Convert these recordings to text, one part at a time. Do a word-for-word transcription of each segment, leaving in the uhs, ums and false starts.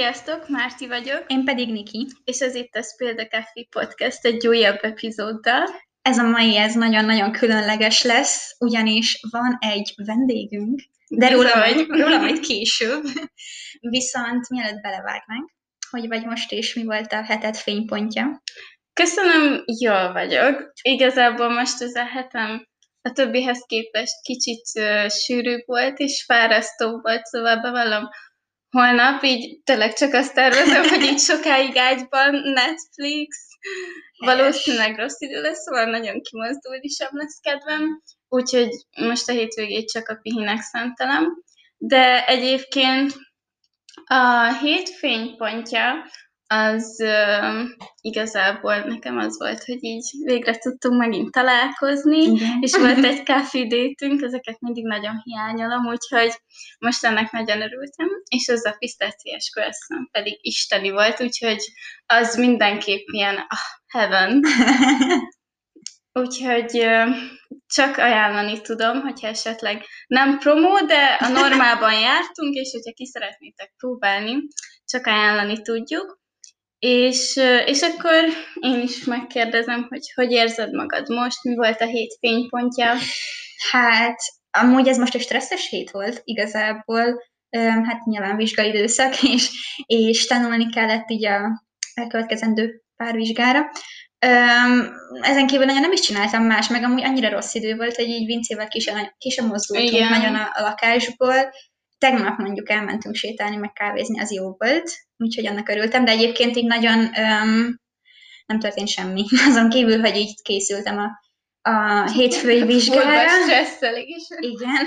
Sziasztok, Márti vagyok. Én pedig Niki. És ez itt a Spill the Coffee Podcast egy újabb epizóddal. Ez a mai, ez nagyon-nagyon különleges lesz, ugyanis van egy vendégünk, de róla majd, róla majd később. Viszont mielőtt belevágnánk, hogy vagy most is mi volt a heted fénypontja? Köszönöm, jól vagyok. Igazából most ez a hetem a többihez képest kicsit uh, sűrűbb volt, és fárasztóbb volt, szóval bevallom, holnap így tényleg csak azt tervezem, hogy így sokáig ágyban Netflix, valószínűleg rossz idő lesz, szóval nagyon kimozdulni sem lesz kedvem, úgyhogy most a hétvégét csak a pihinek szentelem. De egyébként a hét fénypontja az uh, igazából nekem az volt, hogy így végre tudtunk megint találkozni, igen. És volt egy coffee date-ünk, ezeket mindig nagyon hiányolom, úgyhogy most ennek nagyon örültem, és az a pisztáciás croissant pedig isteni volt, úgyhogy az mindenképp ilyen ah, heaven. Úgyhogy uh, csak ajánlani tudom, hogyha esetleg nem promó, de a normálban jártunk, és hogyha ki szeretnétek próbálni, csak ajánlani tudjuk. És, és akkor én is megkérdezem, hogy hogy érzed magad most, mi volt a hét fénypontja? Hát, amúgy ez most egy stresszes hét volt igazából, hát nyilván vizsgaidőszak, és, és tanulni kellett így a elkövetkezendő pár vizsgára. Ezen kívül nagyon nem is csináltam más, meg amúgy annyira rossz idő volt, hogy így Vincével ki sem, ki sem mozdultunk igen. nagyon a, a lakásból. Tegnap mondjuk elmentünk sétálni, meg kávézni, az jó volt, úgyhogy annak örültem, de egyébként így nagyon um, nem történt semmi. Azon kívül, hogy így készültem a, a hétfői vizsgára. Stresszelés. Igen.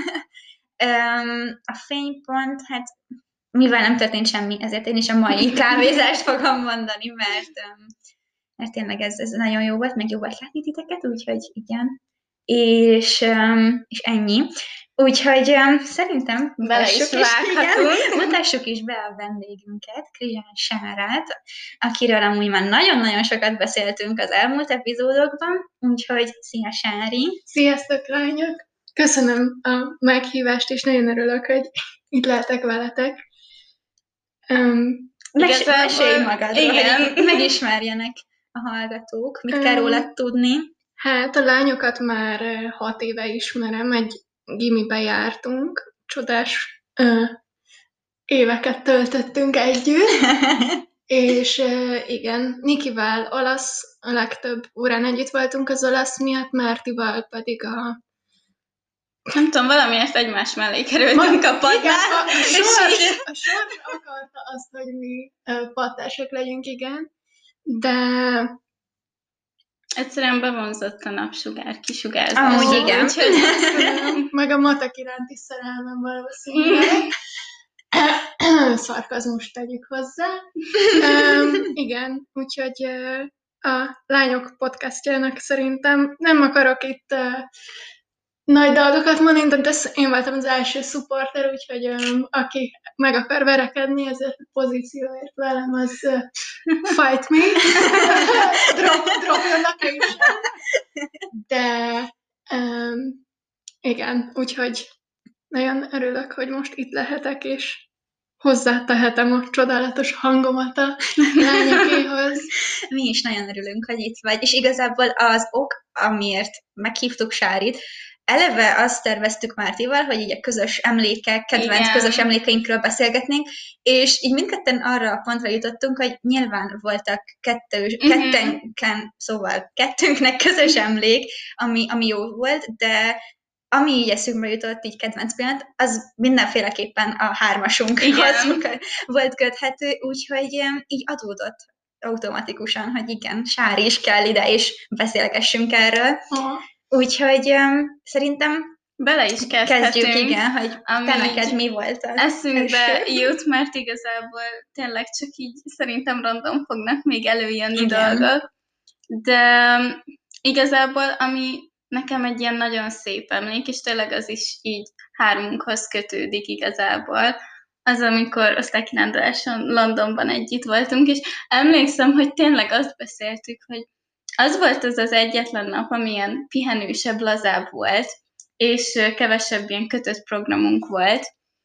Um, a fénypont, hát mivel nem történt semmi, ezért én is a mai kávézást fogom mondani, mert, um, mert tényleg ez, ez nagyon jó volt, meg jó volt látni titeket, úgyhogy igen. És, um, és ennyi. Úgyhogy um, szerintem mutassuk is, is, mutassuk is be a vendégünket, Krizsán Sárát, akiről amúgy már nagyon-nagyon sokat beszéltünk az elmúlt epizódokban, úgyhogy szia Sári! Sziasztok lányok! Köszönöm a meghívást, és nagyon örülök, hogy itt lehetek veletek. Um, Mes- mesélj magadról, hogy megismerjenek a hallgatók, mit um, kell rólad tudni. Hát a lányokat már hat éve ismerem, egy gimibe jártunk, csodás ö, éveket töltöttünk együtt, és ö, igen, Nikivel olasz, a legtöbb órán együtt voltunk az olasz miatt, Mártival pedig a... Nem tudom, valamiért egymás mellé kerültünk a padnál. Igen, a, a, sors, a sors akarta azt, hogy mi ö, pattások legyünk, igen, de... Egyszerűen bevonzott a napsugár, kisugárzás. Amúgy igen. Úgyhogy meg a matek iránti szerelmem valószínűleg. Szarkazmus tegyük hozzá. um, igen, úgyhogy uh, a lányok podcastjának szerintem nem akarok itt uh, nagy dolgokat mondani, de én voltam az első supporter, úgyhogy um, aki meg akar verekedni ezért a pozícióért velem, az uh, fight me. drop, drop your location. De um, igen, úgyhogy nagyon örülök, hogy most itt lehetek, és hozzátehetem a csodálatos hangomat a lányokéhoz. Mi is nagyon örülünk, hogy itt vagy, és igazából az ok, amiért meghívtuk Sárit, eleve azt terveztük Mártival, hogy így a közös emlékek, kedvenc igen. közös emlékeinkről beszélgetnénk, és így mindketten arra a pontra jutottunk, hogy nyilván voltak kettős, uh-huh. kettenken, szóval kettőnknek közös emlék, ami, ami jó volt, de ami így eszünkbe jutott, így kedvenc pillanat, az mindenféleképpen a hármasunkhoz volt köthető, úgyhogy így adódott automatikusan, hogy igen, Sári is kell ide, és beszélgessünk erről. Uh-huh. Úgyhogy um, szerintem bele is kezdhetünk. Kezdjük, igen, hogy te neked mi volt az eszünkbe jut, mert igazából tényleg csak így szerintem random fognak még előjönni igen. dolgok. De igazából, ami nekem egy ilyen nagyon szép emlék, és tényleg az is így hármunkhoz kötődik igazából, az, amikor osztálykiránduláson Londonban együtt voltunk, és emlékszem, hogy tényleg azt beszéltük, hogy az volt az az egyetlen nap, amilyen pihenősebb, lazább volt, és kevesebb ilyen kötött programunk volt,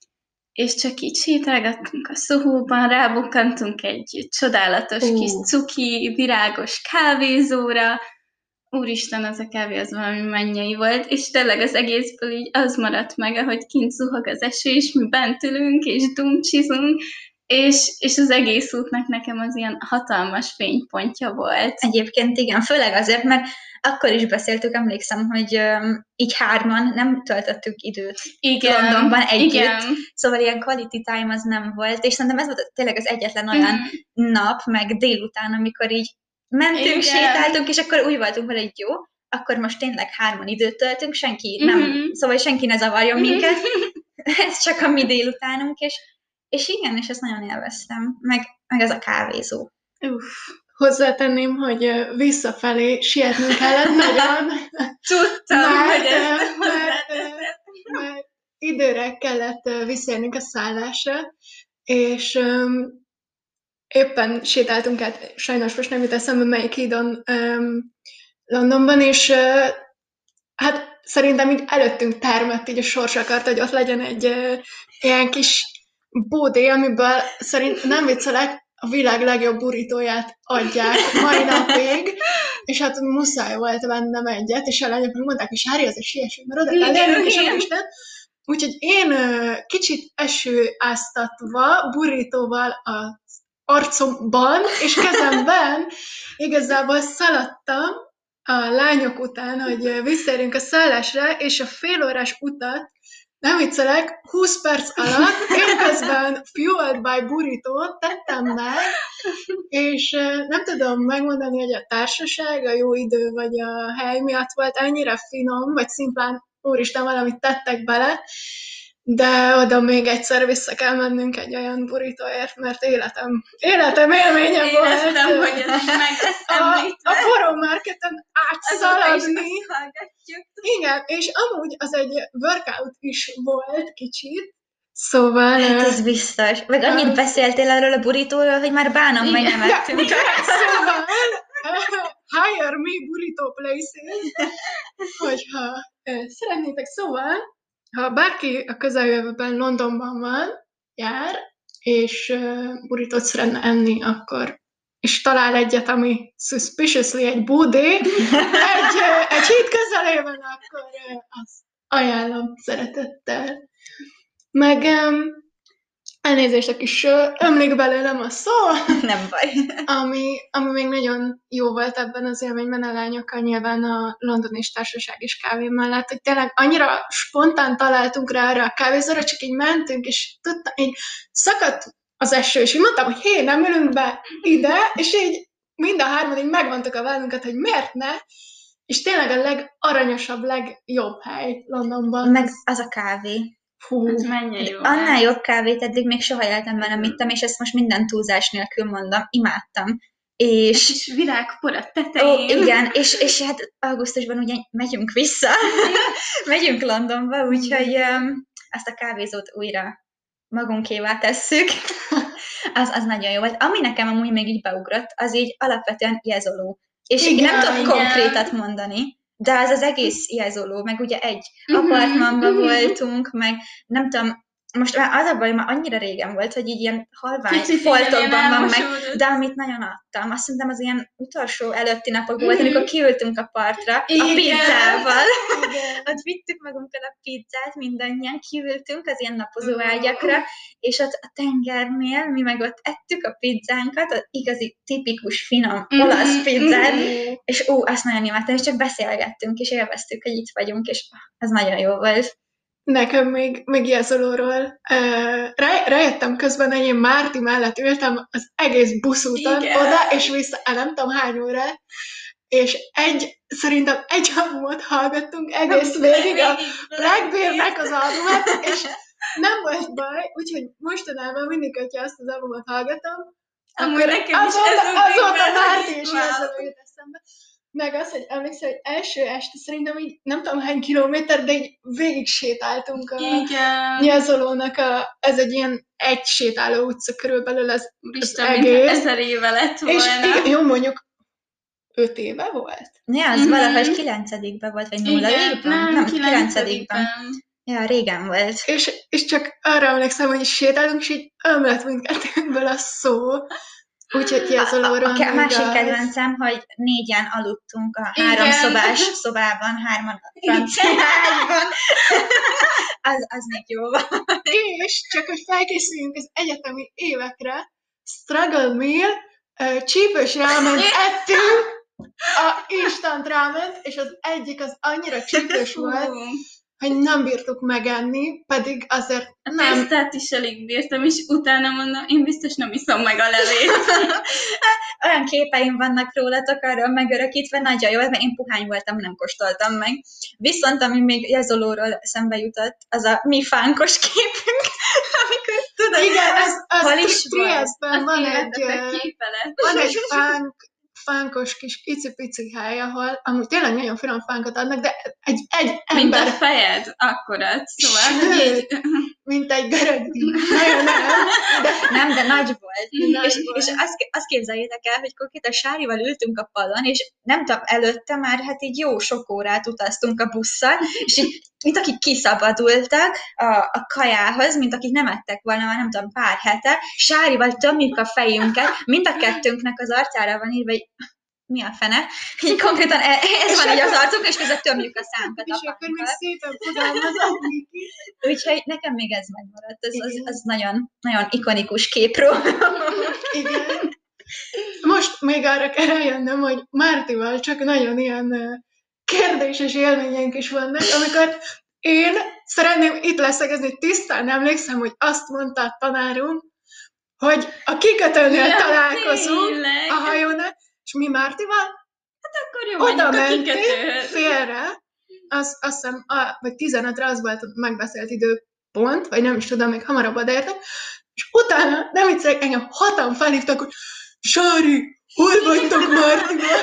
és csak így sétálgattunk a Sohóban, rábukkantunk egy csodálatos Ú. kis cuki, virágos kávézóra. Úristen, az a kávé az valami mennyei volt, és tényleg az egészből így az maradt meg, ahogy kint zuhog az eső, és mi bent ülünk, és dumcsizunk, és, és az egész útnak nekem az ilyen hatalmas fénypontja volt. Egyébként igen, főleg azért, mert akkor is beszéltük, emlékszem, hogy um, így hárman nem töltöttük időt Igen, Londonban együtt, igen. szóval ilyen quality time az nem volt, és szerintem ez volt tényleg az egyetlen olyan Mhm. nap, meg délután, amikor így mentünk, Igen. sétáltunk, és akkor úgy voltunk vele, hogy jó, akkor most tényleg hárman időt töltünk, senki nem, Mhm. szóval senki ne zavarjon minket, ez csak a mi délutánunk, és, és igen, és ezt nagyon élveztem, meg, meg ez a kávézó. Uff. Hozzátenném, hogy ö, visszafelé sietnünk kellett nagyon, Tudtam, mert, hogy ez ö, mert, ö, mert időre kellett ö, visszaérnünk a szállásra, és öm, éppen sétáltunk át, sajnos most nem jut eszembe melyik hídon öm, Londonban, és ö, hát szerintem így előttünk termett így a sors akart, hogy ott legyen egy ö, ilyen kis bódé, amiből szerint nem viccelek, a világ legjobb burítóját adják mai napig, és hát muszáj volt vennem egyet, és a lányok meg mondták, hogy Sári, azért siessünk, mert oda kell érnünk, és Igen. úristen. Úgyhogy én ö, kicsit esőáztatva, burítóval az arcomban és kezemben igazából szaladtam a lányok után, hogy ö, visszaérjünk a szállásra, és a félórás utat, nem viccelek, húsz perc alatt én közben Fueled by Burrito tettem meg, és ö, nem tudom megmondani, hogy a társaság, a jó idő vagy a hely miatt volt annyira finom, vagy szimplán úristen, valamit tettek bele, de oda még egyszer vissza kell mennünk egy olyan burítóért, mert életem, életem élménye Éreztem, volt. hogy ez így meg lesz a, a említve. Boron Marketen Azóta is átszaladni. azt hallgatjuk. Igen, és amúgy az egy workout is volt kicsit, szóval... Hát ö, ez biztos. Meg annyit ö, beszéltél erről a burítóról, hogy már bánom, hogy Igen. nem de, ettünk. igen, szóval hire me burrito places, hogyha ö, szeretnétek. Szóval, ha bárki a közeljövőben Londonban van, jár, és uh, burritót szeretne enni, akkor és talál egyet, ami suspiciously egy búdé, egy, uh, egy híd közelében, akkor uh, azt ajánlom szeretettel. Meg um, elnézést, a kis uh, ömlik belőlem a szó, Nem baj. ami, ami még nagyon jó volt ebben az élményben a lányokkal, nyilván a londoni társaság is kávé mellett, hogy tényleg annyira spontán találtunk rá erre a kávézóra, csak így mentünk, és tudtam, így szakadt az eső, és így mondtam, hogy hé, nem ülünk be ide, és így mind a hárman így megmondtuk a vállunkat, hogy miért ne, és tényleg a legaranyosabb, legjobb hely Londonban. Meg az a kávé. Hú, Ez mennyei jó. Annál jobb kávét eddig még soha életemben nem ittam, és ezt most minden túlzás nélkül mondom, imádtam. És kis virágpor a ó, tetején. igen, és, és hát augusztusban ugye megyünk vissza, megyünk Londonba, úgyhogy um, ezt a kávézót újra magunkévá tesszük. az, az nagyon jó volt. Ami nekem amúgy még így beugrott, az így alapvetően jezoló. És Igen, én nem tudok igen. konkrétat mondani, de az az egész jezoló, meg ugye egy Mhm. apartmanban Mhm. voltunk, meg nem tudom, most már az a baj, már annyira régen volt, hogy így ilyen halvány Kicsit igen, foltokban ilyen van meg, elmosódott. de amit nagyon adtam, azt szerintem az ilyen utolsó előtti napok volt, Mhm. amikor kiültünk a partra a Igen. pizzával. igen. Ott vittük magunkkal a pizzát, mindannyian kiültünk az ilyen napozó Ó. ágyakra, és ott a tengernél mi meg ott ettük a pizzánkat, az igazi, tipikus, finom Mhm. olasz pizzát, Mhm. és ó, azt nagyon imádtam, és csak beszélgettünk, és élveztük, hogy itt vagyunk, és ez nagyon jó volt. Nekem még, még jelzolóról uh, rá, rájöttem közben, hogy én Márti mellett ültem az egész buszúton Igen. oda, és vissza, el nem tudom hány órát, és egy, szerintem egy albumot hallgattunk egész végig, a Blackbeard-nek az albumot, és nem volt baj, úgyhogy mostanában mindig, hogyha azt az albumot hallgatom, Amúgy akkor nekem is azóta, ez ugrik azóta be, Márti hogy is wow. jelzoló jut eszembe. Meg az, hogy emlékszel, hogy első este szerintem így nem tudom hány kilométer, de így végig sétáltunk a Igen. Nyelzolónak a, ez egy ilyen egy sétáló utca körülbelül az, az Úristen, mint egész. ezer éve lett volna. És igen, jó, mondjuk öt éve volt? Ja, az Mhm. valahogy kilencedikben volt, vagy Igen, nulladikban? nem, nem kilencedikben. kilencedikben. Ja, régen volt. És, és csak arra emlékszem, hogy sétáltunk, és így ömlött mindkettőnkből a szó. Úgyhogy jelzolóról A, a, a másik az... kedvencem, hogy négyen aludtunk a Igen. három szobás szobában, hárman a francia ágyban. az, az még jó van. És csak, hogy felkészüljünk az egyetemi évekre, struggle meal, uh, csípős ráment ettünk, a instant ráment, és az egyik az annyira csípős volt, hogy nem bírtuk megenni, pedig azért A nem... tésztát is alig bírtam, és utána mondom, én biztos nem iszom meg a levét. Olyan képeim vannak rólatok arról megörökítve, nagyon jó, mert én puhány voltam, nem kóstoltam meg. Viszont ami még Jezolóról eszembe jutott, az a mi fánkos képünk, amikor tudod, Igen, ez, az hol is Trieste-ben van egy, Életetek képe lett. van egy fánk, fánkos kis icipici hely, ahol amúgy tényleg nagyon finom fánkot adnak, de egy, egy Mint a ember, fejed, akkorat. Szóval, Sőt. hogy így... mint egy görögdíj. Nagyon nem, de Nem, de nagy volt. Nagy és volt. és azt, azt képzeljétek el, hogy konkrétan Sárival ültünk a padon, és nem tudom, előtte már hát így jó sok órát utaztunk a busszal, és így, mint akik kiszabadultak a, a kajához, mint akik nem ettek volna már nem tudom pár hete, Sárival tömjük a fejünket, mind a kettőnknek az arcára van írva, hogy mi a fene? Így konkrétan ez És van így az akkor- arcunk, és közben tömjük a szánkat és a akkor még fánkkal. szépen fogalmazom Niki. Úgyhogy nekem még ez megmaradt. Ez az, Igen. az nagyon, nagyon ikonikus képről. Igen. Most még arra kell rájönnöm, hogy Mártival csak nagyon ilyen ö, kérdéses élményeink is vannak, amikor én szeretném itt leszegezni, tisztán emlékszem, hogy azt mondta a tanárunk, hogy a kikötőnél Ja, találkozunk tényleg. a hajónál, és mi Mártival Akkor jó, oda menjünk a mentünk kikötőhöz. félre, az, azt hiszem, a, vagy tizenötre az volt a megbeszélt időpont, vagy nem is tudom, még hamarabb odaértek, és utána, nem viccelek, engem hatan felhívtak, hogy Sári, hol vagytok Mártival?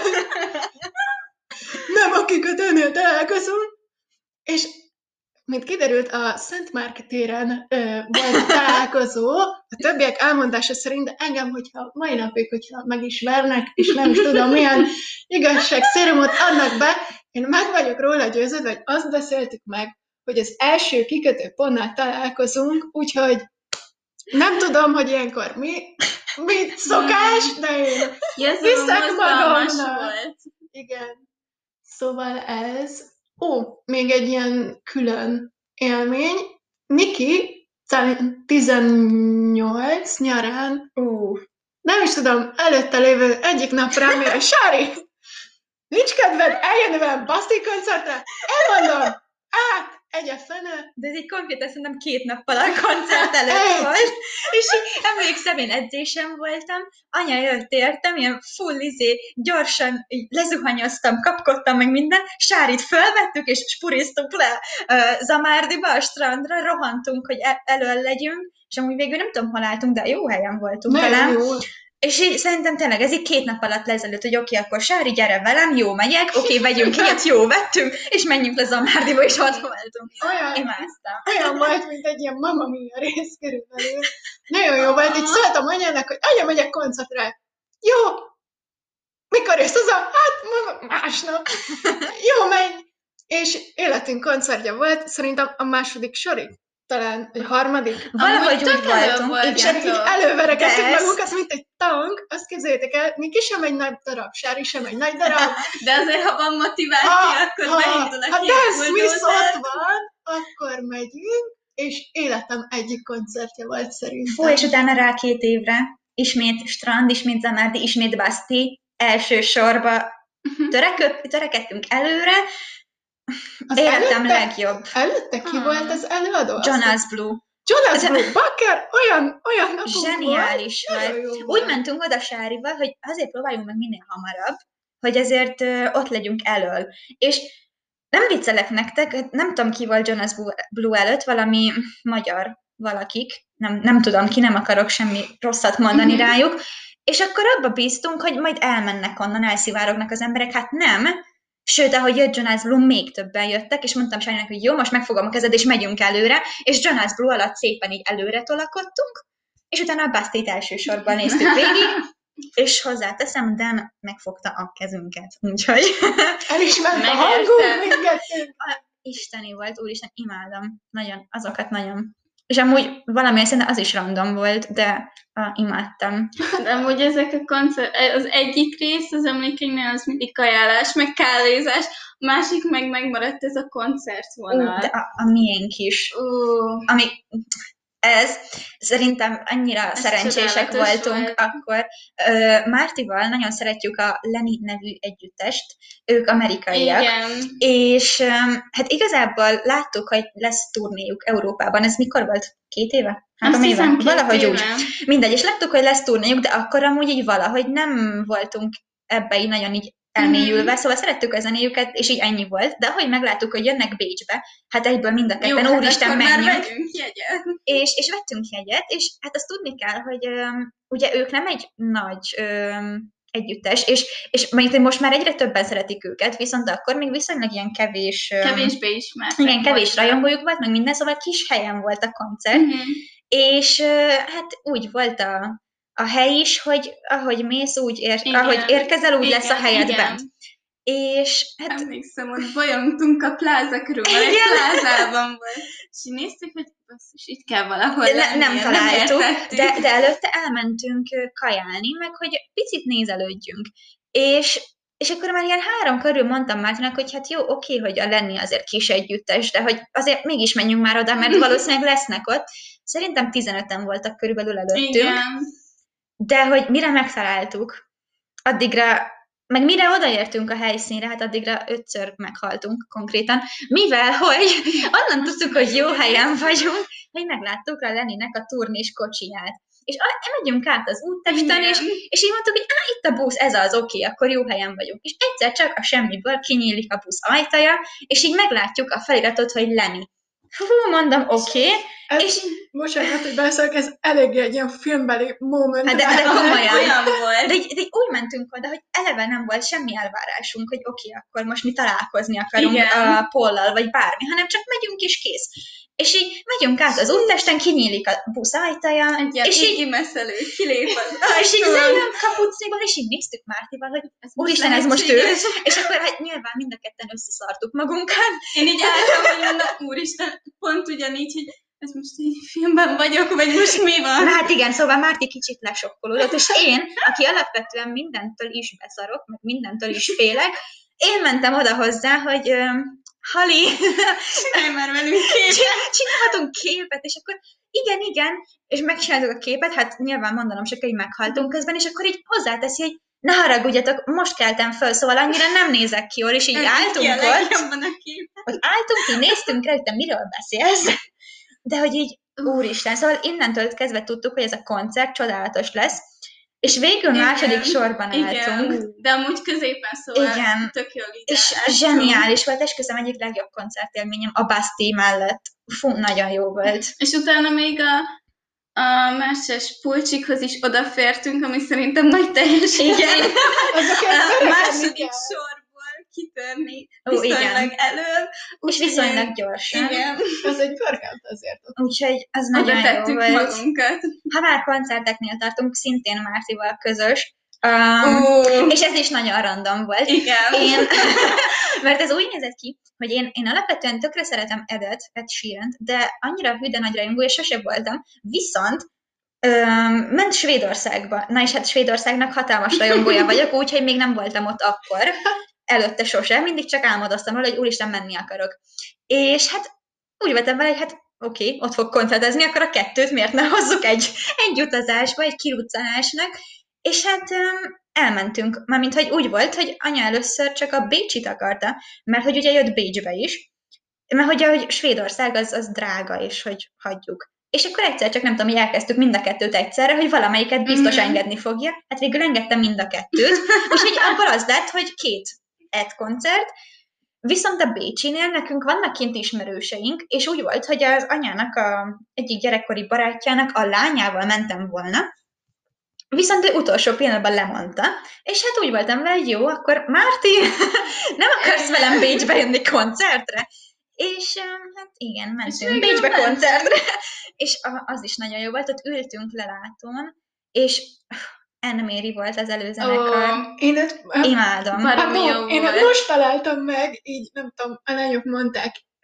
Nem a kikötőnél találkozunk, és mint kiderült, a Szent Márk téren ö, volt találkozó, a többiek elmondása szerint, de engem, hogyha mai napig, hogyha megismernek, és nem is tudom, milyen igazság szérumot adnak be, én meg vagyok róla győződve, hogy azt beszéltük meg, hogy az első kikötő pontnál találkozunk, úgyhogy nem tudom, hogy ilyenkor mi, mit szokás, de én Jezolom Hiszek mozgalmas magamnak. volt. igen. Szóval ez... Ó, még egy ilyen külön élmény. Niki, talán tizennyolc nyarán, Uh. nem is tudom, előtte lévő egyik nap rám ér, Sári, nincs kedved eljönni velem Baszti koncertre? Elmondom, át, egy a fene. De ez így konkrétan szerintem két nappal a koncert előtt Egy. volt. És így emlékszem, én edzésem voltam, anya jött értem, ilyen full izé, gyorsan így lezuhanyoztam, kapkodtam meg minden, Sárit fölvettük, és spuriztuk le uh, Zamárdiba, a strandra, rohantunk, hogy el- elől legyünk, és amúgy végül nem tudom, hol álltunk, de jó helyen voltunk Nagyon talán. jó. És így szerintem tényleg ez így két nap alatt lezelőtt, hogy oké, akkor Sári, gyere velem, jó megyek, oké, vegyünk ilyet, jó, vettünk, és menjünk le Zamárdiba, és ott voltunk. Olyan, Imádtam. olyan volt, mint egy ilyen Mamma Mia rész körülbelül. Nagyon jó volt, így szóltam anyának, hogy anya, megyek koncertre. Jó. Mikor jössz haza? Hát ma- másnap. Jó, menj. És életünk koncertje volt, szerintem a második sorig. Talán egy harmadik. Valahogy Amúgy úgy tök elő voltunk. volt. És így előverekedtük De ez- magunkat, mint egy tank. Azt képzeljétek el, Niki sem egy nagy darab, Sári sem egy nagy darab. De azért, ha van motiváció, akkor beindul a ha két Dance Smith bulldozer. ott van, akkor megyünk, és életem egyik koncertje volt szerintem. Fú, és utána rá két évre, ismét strand, ismét Zamárdi, ismét Baszti, első sorba törekök, törekedtünk előre, Az életem előtte- legjobb. Előtte ki Ah. volt az előadó? Azt Jonas Blue. Jonas Blue, Bakker, olyan, olyan napunk Zseniális volt. volt. Nagyon jó Úgy volt. mentünk oda Sárival, hogy azért próbáljunk meg minél hamarabb, hogy ezért ö, ott legyünk elől. És nem viccelek nektek, nem tudom ki volt Jonas Blue előtt, valami magyar valakik, nem, nem tudom ki, nem akarok semmi rosszat mondani Mhm. rájuk, és akkor abba bíztunk, hogy majd elmennek onnan, elszivárognak az emberek, hát nem. Sőt, ahogy jött Jonas Blue, még többen jöttek, és mondtam Sárinak, hogy jó, most megfogom a kezed, és megyünk előre, és Jonas Blue alatt szépen így előre tolakodtunk, és utána a Bastille elsősorban néztük végig, és hozzáteszem, Dan megfogta a kezünket, úgyhogy El is ment a Megérte. hangunk mindkettőnk. isteni volt, úristen, imádom. Nagyon, azokat nagyon. És amúgy valamilyen szinten az is random volt, de ah, imádtam. De amúgy ezek a koncert, az egyik rész az emlékeinknél az mindig kajálás, meg kávézás, a másik meg megmaradt ez a koncertvonal. Ú, de a, a miénk is. Uh. Ami, ez, szerintem annyira Ez szerencsések csodálatos voltunk volt. akkor. Ö, Mártival nagyon szeretjük a Lenny nevű együttest, ők amerikaiak. Igen. És öm, hát igazából láttuk, hogy lesz turnéjuk Európában. Ez mikor volt? Két éve? Három Azt éve? hiszem, két Valahogy éve. úgy. Mindegy, és láttuk, hogy lesz turnéjuk, de akkor amúgy így valahogy nem voltunk ebbe így nagyon így elmélyülve, Mhm. szóval szerettük a zenéjüket, és így ennyi volt, de ahogy megláttuk, hogy jönnek Bécsbe, hát egyből mind a Jó, ketten, hát úristen, akkor már menjünk. vegyünk jegyet. És, és vettünk jegyet, és hát azt tudni kell, hogy öm, ugye ők nem egy nagy öm, együttes, és, és mondjuk, most már egyre többen szeretik őket, viszont akkor még viszonylag ilyen kevés... öm, Kevésbé ismertek. igen, kevés voltak. rajongójuk volt, meg minden, szóval kis helyen volt a koncert, Mhm. és ö, hát úgy volt a, a hely is, hogy ahogy mész, úgy ér, Igen. ahogy érkezel, úgy Igen, lesz a helyed igen. bent. És hát Emlékszem, hogy bolyongtunk a pláza körül, mert egy Igen. plázában volt. És így néztük, hogy basszus, itt kell valahol ne, lennie, nem találtuk, értettük. de, de előtte elmentünk ö, kajálni, meg hogy picit nézelődjünk. És, és akkor már ilyen három körül mondtam Mártinak, hogy hát jó, oké, hogy a Lenny azért kis együttes, de hogy azért mégis menjünk már oda, mert valószínűleg lesznek ott. Szerintem tizenöten voltak körülbelül előttünk, Igen. de hogy mire megtaláltuk, addigra, meg mire odaértünk a helyszínre, hát addigra ötször meghaltunk konkrétan, mivel, hogy onnan tudtuk, hogy jó helyen vagyunk, hogy megláttuk a Lennynek a turnés kocsiját. És a- megyünk át az úttesten, és, Igen. és így mondtuk, hogy á, itt a busz, ez az, oké, akkor jó helyen vagyunk. És egyszer csak a semmiből kinyílik a busz ajtaja, és így meglátjuk a feliratot, hogy Lenny. Hú, mondom, oké, Ez, és bocsánat, hogy beszélek, ez eléggé egy ilyen filmbeli moment. Hát de- de lehetett. komolyan. Olyan volt. De így, de így úgy mentünk oda, hogy eleve nem volt semmi elvárásunk, hogy oké, okay, akkor most mi találkozni akarunk Igen. a Pollal, vagy bármi, hanem csak megyünk és kész. És így megyünk át az úttesten, kinyílik a busz ajtaja, Egy ilyen és így, égi messzelő kilép az és így ajtón. lejön kapucniból, és így néztük Mártival, hogy Ez úristen, ez most ő. lehetséges. És akkor hát nyilván mind a ketten összeszartuk magunkat. Én így álltam, hogy mondom, úristen, pont ugyanígy, hogy ez most egy filmben vagyok, vagy most mi van? Na hát igen, szóval Márti kicsit lesokkolódott, és én, aki alapvetően mindentől is beszarok, meg mindentől is félek, én mentem oda hozzá, hogy öm, Hali, Csinálj már velünk képet. csin- csinálhatunk képet, és akkor igen, igen, és megcsináltuk a képet, hát nyilván mondanom se kell, hogy meghaltunk közben, és akkor így hozzáteszi, hogy ne haragudjatok, most keltem föl, szóval annyira nem nézek ki jól, és így álltunk Ki a ott, legjobban a képet. hogy álltunk, így néztünk rá, hogy te miről beszélsz, de hogy így, úristen, szóval innentől kezdve tudtuk, hogy ez a koncert csodálatos lesz, és végül Igen, második sorban álltunk. Igen, de amúgy középen, szóval Igen. tök jól így És álltunk. zseniális volt, esküszöm, egyik legjobb koncertélményem a Basti mellett. Fú, nagyon jó volt. És utána még a, a máses pulcsikhoz is odafértünk, ami szerintem nagy teljesítmény. Igen. Azok A egy második sorból kitörni Ó, viszonylag igen. előbb. És Úgyhogy viszonylag gyorsan. Igen, Az egy workout azért ott. Úgyhogy az oda nagyon jó tettük volt. magunkat. Ha már koncerteknél tartunk, szintén Mártival közös, um, Ó, és ez is nagyon random volt. igen. Én, mert ez úgy nézett ki, hogy én, én alapvetően tökre szeretem Edet, Ed Sheerant, de annyira hű, de nagy rajongó, és sose voltam. Viszont öm, ment Svédországba. Na és hát Svédországnak hatalmas rajongója vagyok, úgyhogy még nem voltam ott akkor. Előtte sose, mindig csak álmodoztam róla, hogy úristen, menni akarok. És hát úgy voltam vele, hogy hát oké, okay, ott fog koncertezni, akkor a kettőt miért ne hozzuk egy, egy utazásba, egy kiruccanásnak. És hát öm, elmentünk, mármint, hogy úgy volt, hogy anya először csak a Bécsit akarta, mert hogy ugye jött Bécsbe is, mert hogy ahogy Svédország az, az drága, és hogy hagyjuk. És akkor egyszer csak nem tudom, hogy elkezdtük mind a kettőt egyszerre, hogy valamelyiket biztos Mhm. engedni fogja. Hát végül engedtem mind a kettőt, úgyhogy akkor az lett, hogy két Ed koncert, viszont a Bécsinél nekünk vannak kint ismerőseink, és úgy volt, hogy az anyának a egyik gyerekkori barátjának a lányával mentem volna, viszont ő utolsó pillanatban lemondta, és hát úgy voltam vele, hogy jó, akkor Márti, nem akarsz velem Bécsbe jönni koncertre? És öm, hát igen, mentünk végül Bécsbe mentünk. koncertre, és a- az is nagyon jó volt, ott ültünk lelátón, és Anne Mary volt az előzenekar. Ó, Én ezt, Imádom. Baromi hát, jó én volt. most találtam meg, így nem tudom, a lányok mondták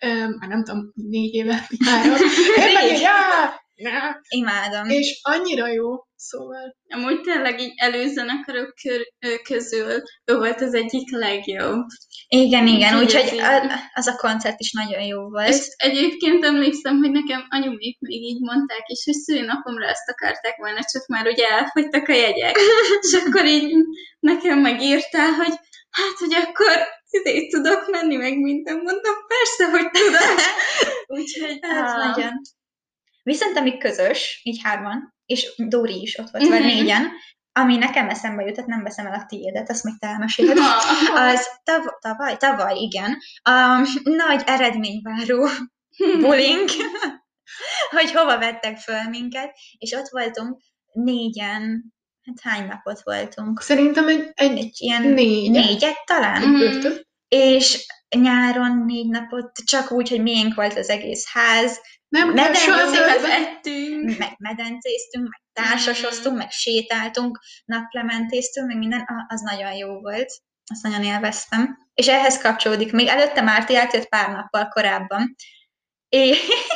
már nem tudom, négy éve, három. Én meg így, áh, Imádom. És annyira jó, szóval. Amúgy tényleg így előzenekarok közül ő volt az egyik legjobb. Igen, igen, úgyhogy az a koncert is nagyon jó volt. És egyébként emlékszem, hogy nekem anyumék még így mondták is, hogy szülinapomra ezt akarták volna, csak már ugye elfogytak a jegyek. És akkor így nekem megírtál, hogy hát, hogy akkor idét tudok menni, meg minden, mondom, persze, hogy tudok. Úgyhogy ez nagyon. Viszont ami közös, így hárman, és Dóri is ott volt, vagy négyen, ami nekem eszembe jutott, nem veszem el a tiédet, azt még te elmeséled, az tav- tavaly, tavaly, igen, a nagy eredményváró bullying, hogy hova vettek föl minket, és ott voltunk négyen, hát hány napot voltunk? Szerintem egy, egy, egy ilyen négy. négyet talán. Mm. És nyáron négy napot csak úgy, hogy miénk volt az egész ház, nem medencéztünk, ettünk, meg medencéztünk, meg társasoztunk, mm. meg sétáltunk, naplementéztünk, meg minden, az nagyon jó volt. Azt nagyon élveztem. És ehhez kapcsolódik, még előtte Márti átjött pár nappal korábban. És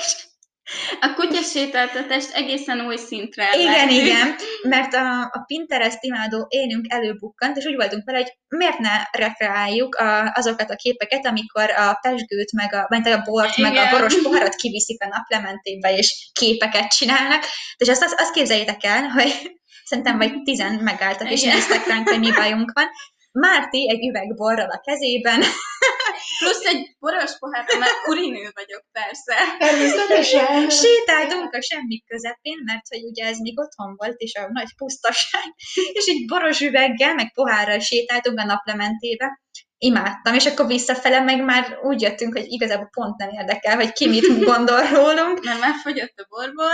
a kutyasétáltatást egészen új szintre Igen, emeltük. Igen, mert a, a Pinterest imádó énünk előbukkant, és úgy voltunk vele, hogy miért ne rekreáljuk a, azokat a képeket, amikor a pezsgőt, meg a, meg a bort, igen. meg a boros poharat kiviszik a naplementébe, és képeket csinálnak. És azt, azt, azt képzeljétek el, hogy szerintem vagy tizen megálltak, és néztek ránk, hogy mi bajunk van. Márti egy üveg borral a kezében. Plusz egy boros pohárra, mert urinő vagyok, persze. Természetesen. Sétáltunk a semmi közepén, mert hogy ugye ez még otthon volt, és a nagy pusztaság, és egy boros üveggel, meg pohárral sétáltunk a naplementébe. Imádtam, és akkor visszafele meg már úgy jöttünk, hogy igazából pont nem érdekel, hogy ki mit gondol rólunk. Mert már fogyott a borból.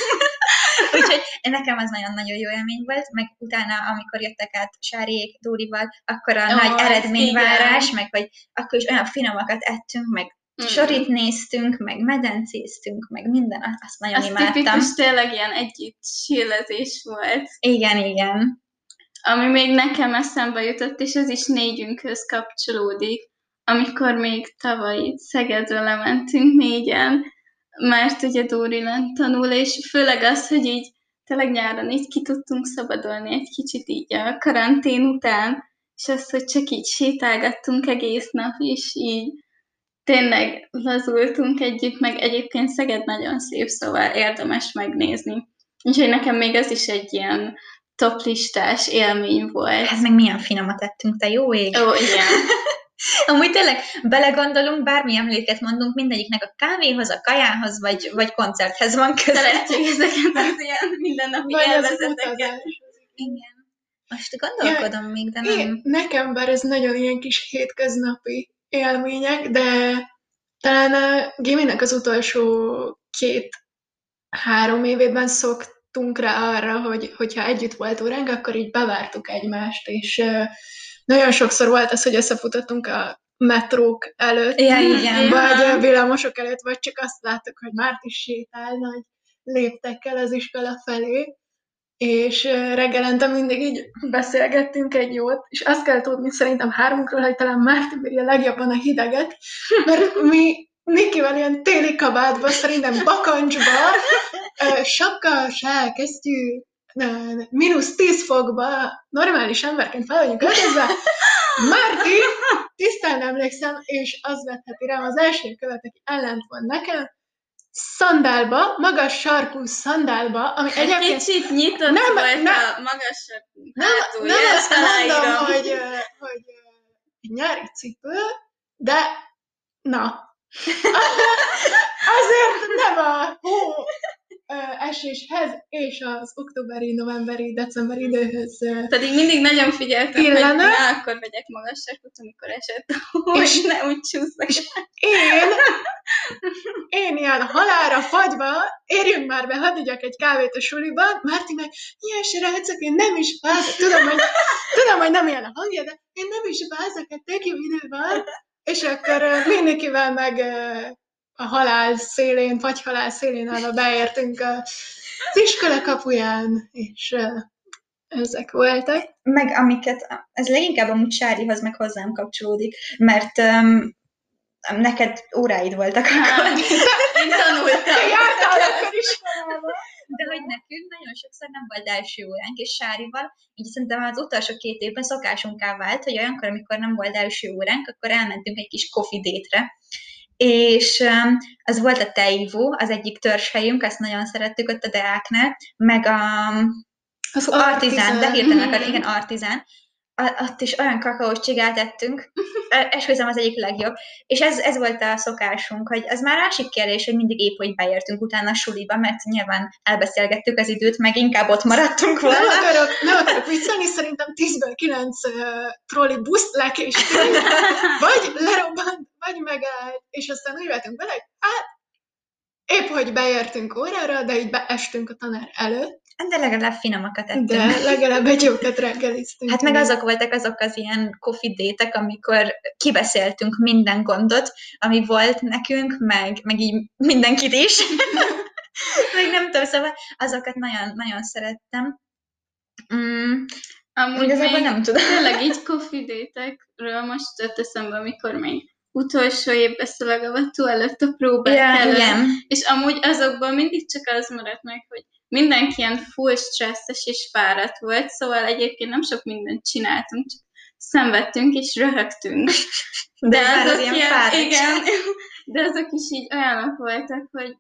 Úgyhogy nekem az nagyon-nagyon jó élmény volt, meg utána, amikor jöttek át Sáriék Dórival, akkor a oh, nagy eredményvárás, meg hogy akkor is olyan finomakat ettünk, meg mm. sorit néztünk, meg medencéztünk, meg minden, azt nagyon az imádtam. Az tipikus tényleg ilyen együtt chillezés volt. Igen, igen. Ami még nekem eszembe jutott, és ez is négyünkhöz kapcsolódik, amikor még tavaly itt Szegedre lementünk négyen, mert ugye Dóri lent tanul, és főleg az, hogy így tényleg nyáron így ki tudtunk szabadulni egy kicsit így a karantén után, és az, hogy csak így sétálgattunk egész nap, és így tényleg lazultunk együtt, meg egyébként Szeged nagyon szép, szóval érdemes megnézni. Úgyhogy nekem még ez is egy ilyen toplistás élmény volt. Hát meg milyen finomat ettünk, te jó ég! Ó, igen. Amúgy tényleg belegondolunk, bármi emléket mondunk, mindegyiknek a kávéhoz, a kajához, vagy, vagy koncerthez van köze. Szeretjük ezeket az ilyen mindennapi élvezeteket. Igen. Most gondolkodom ja, még, de nem. Én, nekem bár ez nagyon ilyen kis hétköznapi élmények, de talán a Giminek az utolsó két-három évében szoktunk rá arra, hogy hogyha együtt volt óránk, akkor így bevártuk egymást, és nagyon sokszor volt az, hogy összefutottunk a metrók előtt, ja, igen. vagy a villamosok előtt, vagy csak azt láttuk, hogy Márti sétál nagy léptekkel az iskola felé, és reggelente mindig így beszélgettünk egy jót, és azt kell tudni szerintem hármunkról, hogy talán Márti bírja legjobban a hideget, mert mi Nikivel ilyen téli kabátban, szerintem bakancsba, sapka, kesztyű, mínusz tíz fokba, normális emberként fel vagyunk öltözve. Márti, tisztán emlékszem, és az vetheti rám az első követ, aki ellent van nekem, szandálba, magas sarkú szandálba, ami egy egyébként... kicsit nyitott nem, volt nem, a magas sarkú hátulja. Nem, nem azt mondom, hogy, hogy egy nyári cipő, de na, azért nem a hó eséshez és az októberi, novemberi, decemberi időhöz. Pedig mindig nagyon figyeltem, illene. Hogy na, akkor vegyek magas sarkút, amikor esett a hó, és ne úgy csúsznak. Én, én ilyen halálra fagyva, érjünk már be, hadd igyak egy kávét a suliban, Márti meg, ilyen srácok, én nem is vázok, tudom, hogy, tudom, hogy nem ilyen a hangja, de én nem is vázok, hát tök jó idő van, és akkor mindenkivel meg a halál szélén, vagy halál szélén állva beértünk az iskola kapuján, és uh, ezek voltak. Meg amiket, ez leginkább amúgy Sárihoz meg hozzám kapcsolódik, mert um, neked óráid voltak akkor. Én tanultam. Jártál akkor iskolába. De hogy nekünk nagyon sokszor nem volt első óránk, és Sárival, így szerintem az utolsó két évben szokásunká vált, hogy olyankor, amikor nem volt első óránk, akkor elmentünk egy kis coffee date-re, és um, az volt a teivó, az egyik törzshelyünk, azt nagyon szerettük ott a Deáknál, meg a, Az Artizán, de hirtelen akar, Mhm. igen, Artizán. A- Ott is olyan kakaós csigát ettünk, esküszöm az egyik legjobb. És ez, ez volt a szokásunk, hogy az már másik kérdés, hogy mindig épp, hogy beértünk utána a suliba, mert nyilván elbeszélgettük az időt, meg inkább ott maradtunk Nem volna. akarok, nem akarok viccelni, szerintem tízből kilenc uh, trolli busz lekéstünk, vagy lerobbant, vagy megállt, és aztán úgy vettünk bele, hogy hát épp, hogy beértünk órára, de így beestünk a tanár előtt, De legalább finomakat ettünk. de legalább egy jókat reggeliztünk. Hát meg azok voltak azok az ilyen coffee date-ek, amikor kibeszéltünk minden gondot, ami volt nekünk, meg, meg így mindenkit is. meg nem tudom, szóval azokat nagyon, nagyon szerettem. Mm, Amúgy igazából még nem tudom. tényleg így coffee date-ekről most jött eszembe, amikor még utolsó évbeszéleg a vatú előtt a próbák Ja, előtt. igen. És amúgy azokban mindig csak az maradt meg, hogy mindenki ilyen full stresszes és fáradt volt, szóval egyébként nem sok mindent csináltunk, csak szenvedtünk és röhögtünk. De már az ilyen fáradtság. igen, de azok is így olyanok voltak, hogy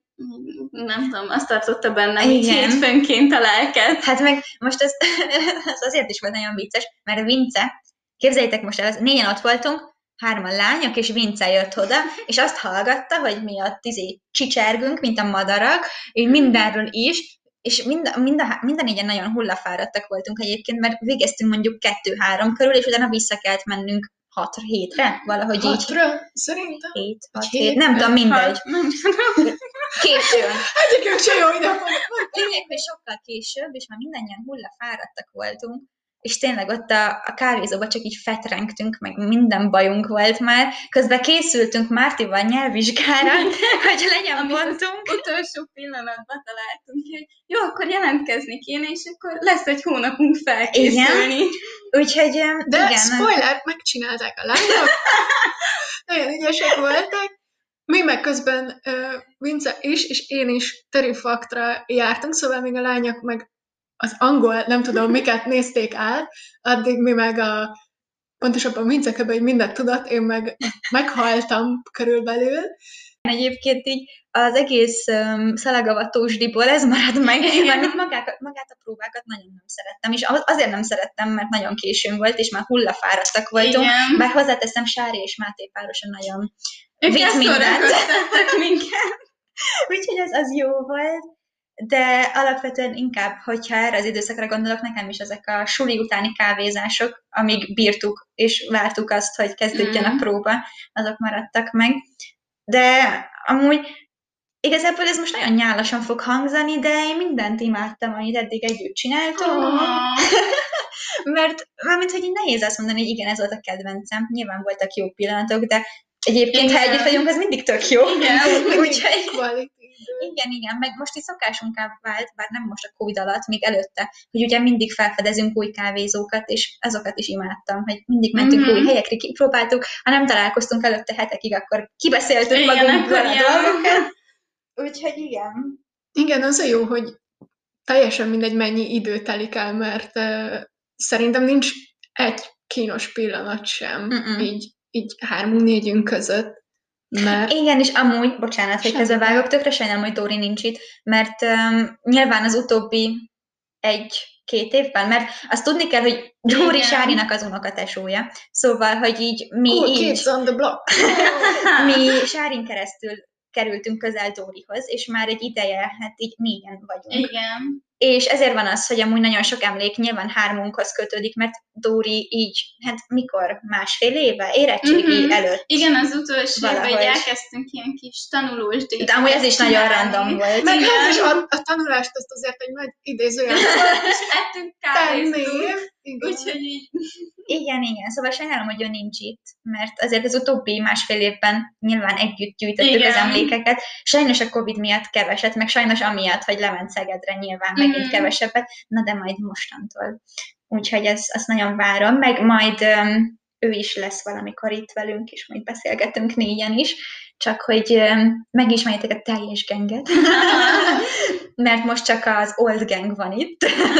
nem tudom, azt tartotta bennem így Igen. hétfőnként a lelket. Hát meg most ez, ez azért is volt nagyon vicces, mert a Vince, képzeljétek most el, négyen ott voltunk, hárman lányok, és Vince jött oda, és azt hallgatta, hogy mi ott izé csicsergünk, mint a madarak, így mindenről is, és mind, mind, a, mind a négyen nagyon hullafáradtak voltunk egyébként, mert végeztünk mondjuk kettő-három körül, és utána vissza kellett mennünk hat hétre, valahogy így. Hatra, szerintem. Hét, hat, Hét, hét, nem tudom, mindegy. Nem tudom. Későn. Egyikünk se jó ide fog. Lényeg, hogy sokkal később, és már mindannyian hullafáradtak voltunk, és tényleg ott a, a kávézóba csak így fetrengtünk, meg minden bajunk volt már. Közben készültünk Mártival nyelvvizsgára, hogy legyen Amit pontunk. az utolsó pillanatban találtunk, hogy jó, akkor jelentkezni kéne, és akkor lesz egy hónapunk felkészülni. Úgyhogy em, De igen. spoiler, megcsinálták a lányok. Nagyon ügyesek voltak. Mi meg közben uh, Vince is, és én is terifaktra jártunk, szóval még a lányok meg az angol, nem tudom, miket nézték át, addig mi meg a, pontosabban Vince kb. Így mindent tudott, én meg meghaltam körülbelül. Egyébként így az egész um, szalagavatósdiból ez marad meg, mert magát, magát a próbákat nagyon nem szerettem, és az- azért nem szerettem, mert nagyon későn volt, és már hullafáradtak voltunk, Igen. bár hozzáteszem, Sári és Máté párosan nagyon Ők vitt mindent. elszórakoztattak minket. Úgyhogy ez az jó volt, de alapvetően inkább, hogyha erre az időszakra gondolok, nekem is ezek a suli utáni kávézások, amíg bírtuk és vártuk azt, hogy kezdődjön Mhm. a próba, azok maradtak meg. De amúgy igazából ez most nagyon nyálasan fog hangzani, de én mindent imádtam, amit eddig együtt csináltunk, Oh. mert mármint, hogy így nehéz azt mondani, hogy igen, ez volt a kedvencem. Nyilván voltak jó pillanatok, de egyébként, ha Igen. együtt vagyunk, az mindig tök jó. Igen. Úgyhogy Quality. igen, igen, meg most is szokásunká vált, bár nem most a Covid alatt, még előtte, hogy ugye mindig felfedezünk új kávézókat, és azokat is imádtam, hogy mindig mentünk Mhm. új helyekre, kipróbáltuk, ha nem találkoztunk előtte hetekig, akkor kibeszéltük Igen, magunkból akkor a ilyen. dolgokat. Úgyhogy igen. Igen, az a jó, hogy teljesen mindegy, mennyi idő telik el, mert uh, szerintem nincs egy kínos pillanat sem, Mm-mm. így, így hármunk-négyünk között, mert Igen, és amúgy, bocsánat, hogy Semmi közbevágok, tökre sajnálom, hogy Dóri nincs itt, mert um, nyilván az utóbbi egy-két évben, mert azt tudni kell, hogy Dóri Igen. Sárinak az unokatesója, szóval, hogy így mi cool így... kids on the block. Mi Sárin keresztül kerültünk közel Dórihoz, és már egy ideje, hát így négyen vagyunk. Igen. És ezért van az, hogy amúgy nagyon sok emlék nyilván hármunkhoz kötődik, mert Dóri így, hát mikor? Másfél éve? Érettségi Mhm. előtt. Igen, az utolsó évben Valahogy. így elkezdtünk ilyen kis tanulós De amúgy ez is nagyon random volt. Meg Igen. hát is a, a tanulást azt azért egy nagy idézőjelben És ettünk kávéztunk. tenném. Igen. Úgyhogy így... Igen, igen. Szóval sajnálom, hogy ő nincs itt, mert azért az utóbbi másfél évben nyilván együtt gyűjtöttük Igen. az emlékeket. Sajnos a Covid miatt keveset, meg sajnos amiatt, hogy lement Szegedre nyilván megint Mhm. kevesebbet, na de majd mostantól. Úgyhogy ez, azt nagyon várom, meg majd um, ő is lesz valamikor itt velünk, és majd beszélgetünk négyen is, csak hogy megismerjétek a teljes genget, mert most csak az old gang van itt.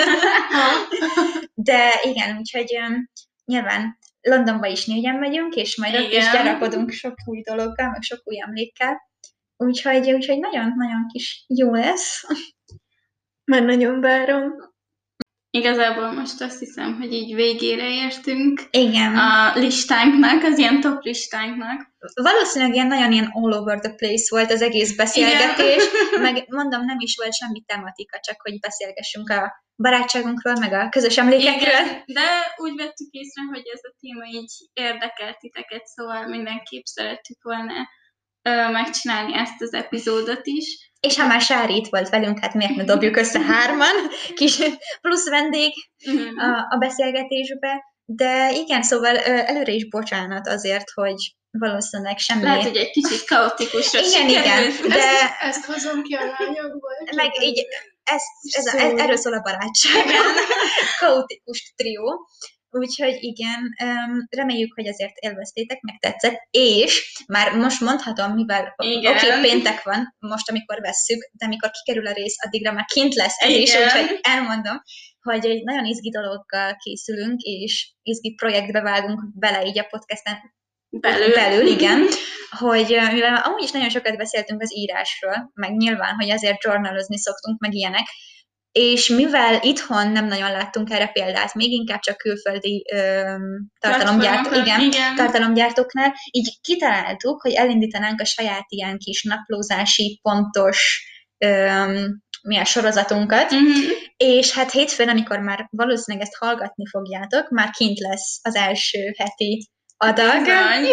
De igen, úgyhogy nyilván Londonba is négyen megyünk, és majd ott is gyarapodunk sok új dologgal, meg sok új emlékkel. Úgyhogy, úgyhogy nagyon-nagyon kis jó lesz. Már nagyon várom. Igazából most azt hiszem, hogy így végére értünk. Igen. A listánknak, az ilyen top listánknak. Valószínűleg ilyen nagyon ilyen all over the place volt az egész beszélgetés, igen. Meg mondom, nem is volt semmi tematika, csak hogy beszélgessünk a barátságunkról, meg a közös emlékekről. Igen, de úgy vettük észre, hogy ez a téma így érdekel titeket, szóval mindenképp szerettük volna ö, megcsinálni ezt az epizódot is. És ha már Sári itt volt velünk, hát miért ne dobjuk össze hárman, kis plusz vendég uh-huh. a, a beszélgetésbe. De igen, szóval előre is bocsánat azért, hogy valószínűleg semmi... Lehet, hogy egy kicsit kaotikusra igen, igen, de... Ezt, ezt hozom ki a lányokból. Meg így, ez, ez, ez, erről szól a barátság. Kaotikus trió. Úgyhogy igen, reméljük, hogy azért élveztétek, meg tetszett, és már most mondhatom, mivel oké, okay, péntek van, most, amikor vesszük, de amikor kikerül a rész, addigra már kint lesz ez igen. is, úgyhogy elmondom, hogy egy nagyon izgi dologgal készülünk, és izgi projektbe vágunk bele így a podcasten belül, belül igen, hogy mivel amúgy is nagyon sokat beszéltünk az írásról, meg nyilván, hogy azért journalozni szoktunk, meg ilyenek, és mivel itthon nem nagyon láttunk erre példát, még inkább csak külföldi öm, tartalomgyártó, igen, igen. tartalomgyártóknál, így kitaláltuk, hogy elindítanánk a saját ilyen kis naplózási, pontos öm, milyen sorozatunkat, uh-huh. és hát hétfőn, amikor már valószínűleg ezt hallgatni fogjátok, már kint lesz az első heti adag.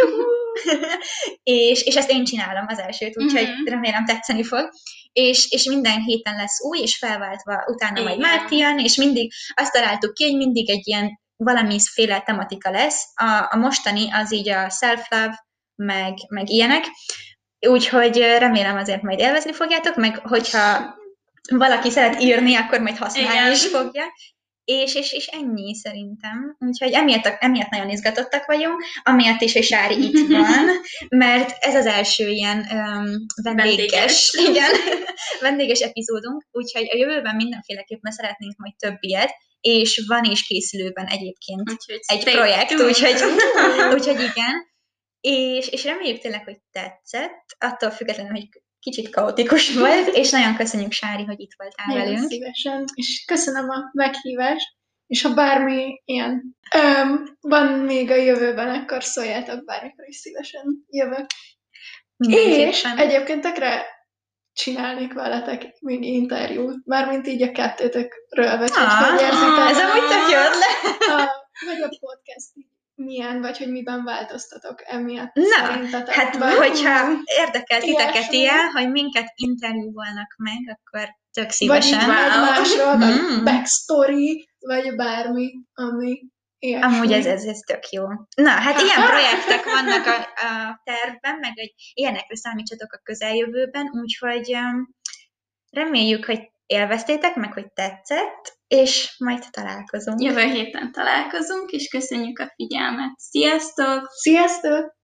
és, és ezt én csinálom az elsőt, úgyhogy uh-huh. remélem tetszeni fog. És, és minden héten lesz új, és felváltva utána igen. majd Márti jön, és mindig azt találtuk ki, hogy mindig egy ilyen valamiféle tematika lesz. A, a mostani az így a self-love, meg, meg ilyenek. Úgyhogy remélem azért majd élvezni fogjátok, meg hogyha valaki szeret írni, akkor majd használni igen. is fogja. És, és, és ennyi szerintem. Úgyhogy emiatt, emiatt nagyon izgatottak vagyunk, amiatt is, hogy Sári itt van, mert ez az első ilyen um, vendéges, vendéges. Igen, vendéges epizódunk, úgyhogy a jövőben mindenféleképpen szeretnénk majd több ilyet, és van is készülőben egyébként úgyhogy egy projekt, úgyhogy, úgyhogy igen. És, és reméljük tényleg, hogy tetszett, attól függetlenül, hogy kicsit kaotikus volt, és nagyon köszönjük, Sári, hogy itt voltál nagyon velünk. Szívesen, és köszönöm a meghívást, és ha bármi ilyen öm, van még a jövőben, akkor szóljátok, bármikor is szívesen jövök. És egyébként tökre csinálnék veletek még interjút, mármint így a kettőtökről, vagy ah, hogy hogy érzitek. Ez amúgy tök jó ötlet. Vagy a podcast milyen, vagy hogy miben változtatok emiatt na, szerintetek. Hát, vagy, hogyha érdekel titeket ilyen, hogy minket interjúvolnak meg, akkor tök szívesen. Vagy wow. másról, vagy mm. backstory, vagy bármi, ami ilyesmi. Amúgy ez, ez, ez tök jó. Na, hát ilyen projektek vannak a, a tervben, meg hogy ilyenekre számítsatok a közeljövőben, úgyhogy um, reméljük, hogy élveztétek, meg hogy tetszett, és majd találkozunk. Jövő héten találkozunk, és köszönjük a figyelmet. Sziasztok! Sziasztok!